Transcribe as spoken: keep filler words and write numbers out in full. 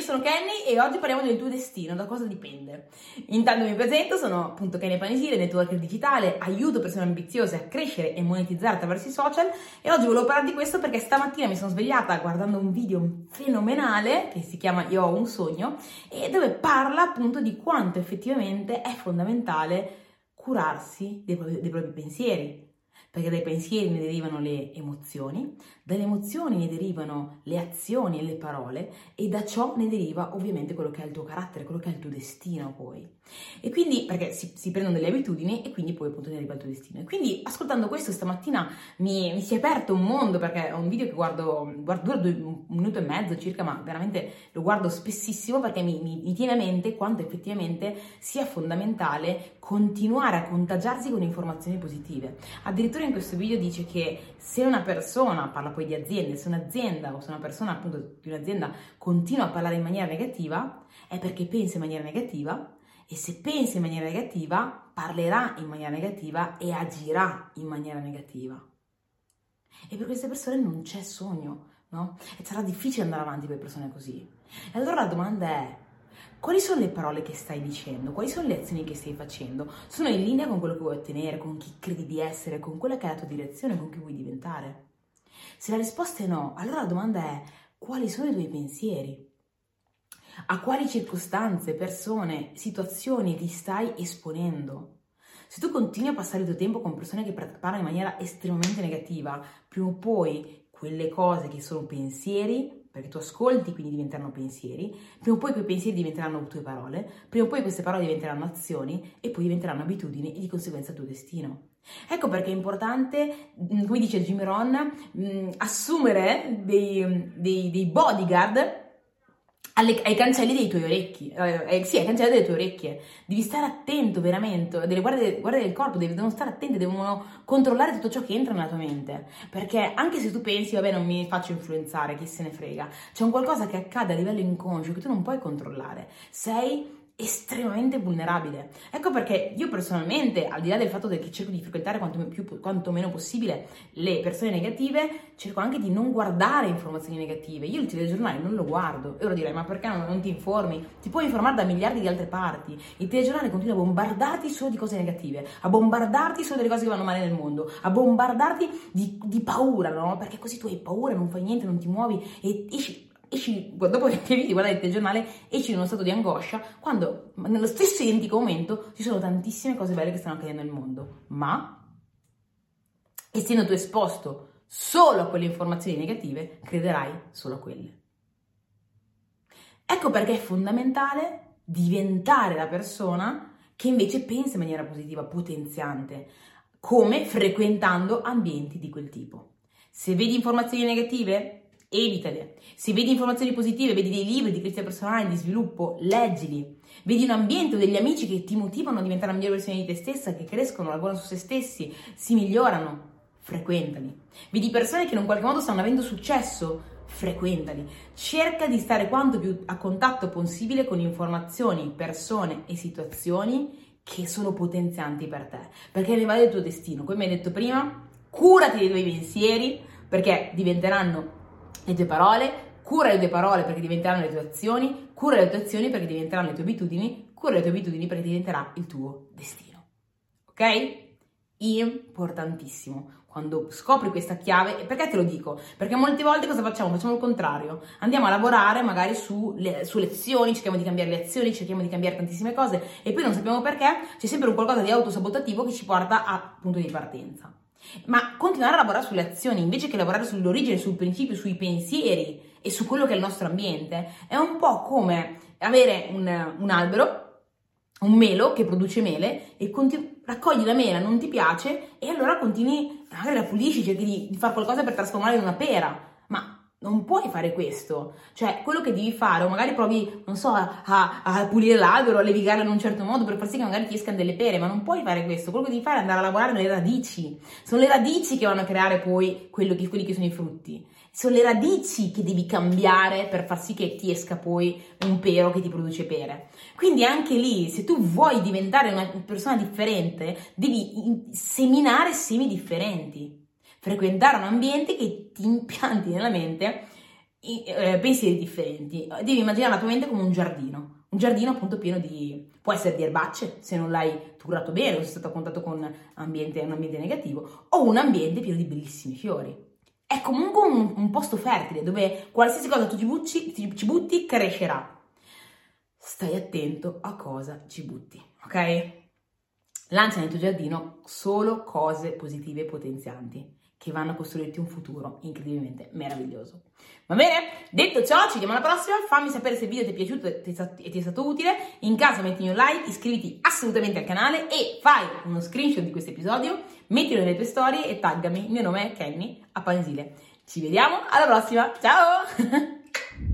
sono Kenny e oggi parliamo del tuo destino, da cosa dipende. Intanto mi presento, sono appunto Kenny Panisile, networker digitale, aiuto persone ambiziose a crescere e monetizzare attraverso i social e oggi volevo parlare di questo perché stamattina mi sono svegliata guardando un video fenomenale che si chiama Io ho un sogno e dove parla appunto di quanto effettivamente è fondamentale curarsi dei propri, dei propri pensieri. Perché dai pensieri ne derivano le emozioni, dalle emozioni ne derivano le azioni e le parole e da ciò ne deriva ovviamente quello che è il tuo carattere, quello che è il tuo destino poi. E quindi, perché si, si prendono delle abitudini e quindi poi appunto ne deriva il tuo destino. E quindi ascoltando questo stamattina mi, mi si è aperto un mondo perché è un video che guardo, guardo dura due, un minuto e mezzo circa, ma veramente lo guardo spessissimo perché mi, mi, mi tiene a mente quanto effettivamente sia fondamentale continuare a contagiarsi con informazioni positive. Addirittura in questo video dice che se una persona, parla poi di aziende, se un'azienda o se una persona appunto di un'azienda continua a parlare in maniera negativa è perché pensa in maniera negativa e se pensa in maniera negativa parlerà in maniera negativa e agirà in maniera negativa. E per queste persone non c'è sogno, no? E sarà difficile andare avanti per persone così. E allora la domanda è: quali sono le parole che stai dicendo? Quali sono le azioni che stai facendo? Sono in linea con quello che vuoi ottenere, con chi credi di essere, con quella che è la tua direzione, con chi vuoi diventare? Se la risposta è no, allora la domanda è: quali sono i tuoi pensieri? A quali circostanze, persone, situazioni ti stai esponendo? Se tu continui a passare il tuo tempo con persone che parlano in maniera estremamente negativa, prima o poi quelle cose che sono pensieri, perché tu ascolti, quindi diventeranno pensieri, prima o poi quei pensieri diventeranno tue parole, prima o poi queste parole diventeranno azioni e poi diventeranno abitudini e di conseguenza il tuo destino. Ecco perché è importante, come dice Jim Rohn, mh, assumere dei, dei, dei bodyguard alle, ai cancelli dei tuoi orecchi, eh, sì, ai cancelli delle tue orecchie. Devi stare attento veramente, delle guardie, guardie del corpo, devi, devono stare attenti, devono controllare tutto ciò che entra nella tua mente, perché anche se tu pensi, vabbè, non mi faccio influenzare, chi se ne frega, c'è un qualcosa che accade a livello inconscio che tu non puoi controllare, sei estremamente vulnerabile. Ecco perché io personalmente, al di là del fatto che cerco di frequentare quanto, più, quanto meno possibile le persone negative, cerco anche di non guardare informazioni negative. Io il telegiornale non lo guardo e ora direi: ma perché non, non ti informi? Ti puoi informare da miliardi di altre parti. Il telegiornale continua a bombardarti solo di cose negative, a bombardarti solo delle cose che vanno male nel mondo, a bombardarti di, di paura, no? Perché così tu hai paura, non fai niente, non ti muovi e esci esci, dopo che finiti di guardare il telegiornale, esci in uno stato di angoscia, quando nello stesso identico momento ci sono tantissime cose belle che stanno accadendo nel mondo, ma essendo tu esposto solo a quelle informazioni negative, crederai solo a quelle. Ecco perché è fondamentale diventare la persona che invece pensa in maniera positiva, potenziante, come frequentando ambienti di quel tipo. Se vedi informazioni negative, evitale. Se vedi informazioni positive, vedi dei libri di crescita personale, di sviluppo, leggili. Vedi un ambiente o degli amici che ti motivano a diventare la migliore versione di te stessa, che crescono, lavorano su se stessi, si migliorano, frequentali. Vedi persone che in un qualche modo stanno avendo successo, frequentali. Cerca di stare quanto più a contatto possibile con informazioni, persone e situazioni che sono potenzianti per te, perché ne va del tuo destino. Come hai detto prima, curati dei tuoi pensieri, perché diventeranno le tue parole, cura le tue parole perché diventeranno le tue azioni, cura le tue azioni perché diventeranno le tue abitudini, cura le tue abitudini perché diventerà il tuo destino. Ok? Importantissimo. Quando scopri questa chiave, e perché te lo dico? Perché molte volte cosa facciamo? Facciamo il contrario. Andiamo a lavorare magari su, le, su lezioni, cerchiamo di cambiare le azioni, cerchiamo di cambiare tantissime cose e poi non sappiamo perché, c'è sempre un qualcosa di autosabotativo che ci porta a punto di partenza. Ma continuare a lavorare sulle azioni invece che lavorare sull'origine, sul principio, sui pensieri e su quello che è il nostro ambiente è un po' come avere un, un albero, un melo che produce mele e continu- raccogli la mela, non ti piace e allora continui, magari la pulisci, cerchi di, di fare qualcosa per trasformarla in una pera, ma non puoi fare questo. Cioè, quello che devi fare, o magari provi, non so, a, a, a pulire l'albero, a levigarlo in un certo modo per far sì che magari ti escano delle pere, ma non puoi fare questo. Quello che devi fare è andare a lavorare nelle radici. Sono le radici che vanno a creare poi quello che, quelli che sono i frutti. Sono le radici che devi cambiare per far sì che ti esca poi un pero che ti produce pere. Quindi anche lì, se tu vuoi diventare una persona differente, devi seminare semi differenti. Frequentare un ambiente che ti impianti nella mente eh, pensieri differenti. Devi immaginare la tua mente come un giardino, un giardino appunto pieno di, può essere di erbacce se non l'hai curato bene o sei stato a contatto con ambiente, un ambiente negativo, o un ambiente pieno di bellissimi fiori. È comunque un, un posto fertile dove qualsiasi cosa tu ci butti, ci, ci butti crescerà. Stai attento a cosa ci butti, ok? Lancia nel tuo giardino solo cose positive e potenzianti che vanno a costruirti un futuro incredibilmente meraviglioso. Va bene? Detto ciò, ci vediamo alla prossima. Fammi sapere se il video ti è piaciuto e ti è stato utile. In caso mettimi un like, iscriviti assolutamente al canale e fai uno screenshot di questo episodio, mettilo nelle tue storie e taggami. Il mio nome è Kenny a Panesile. Ci vediamo alla prossima. Ciao!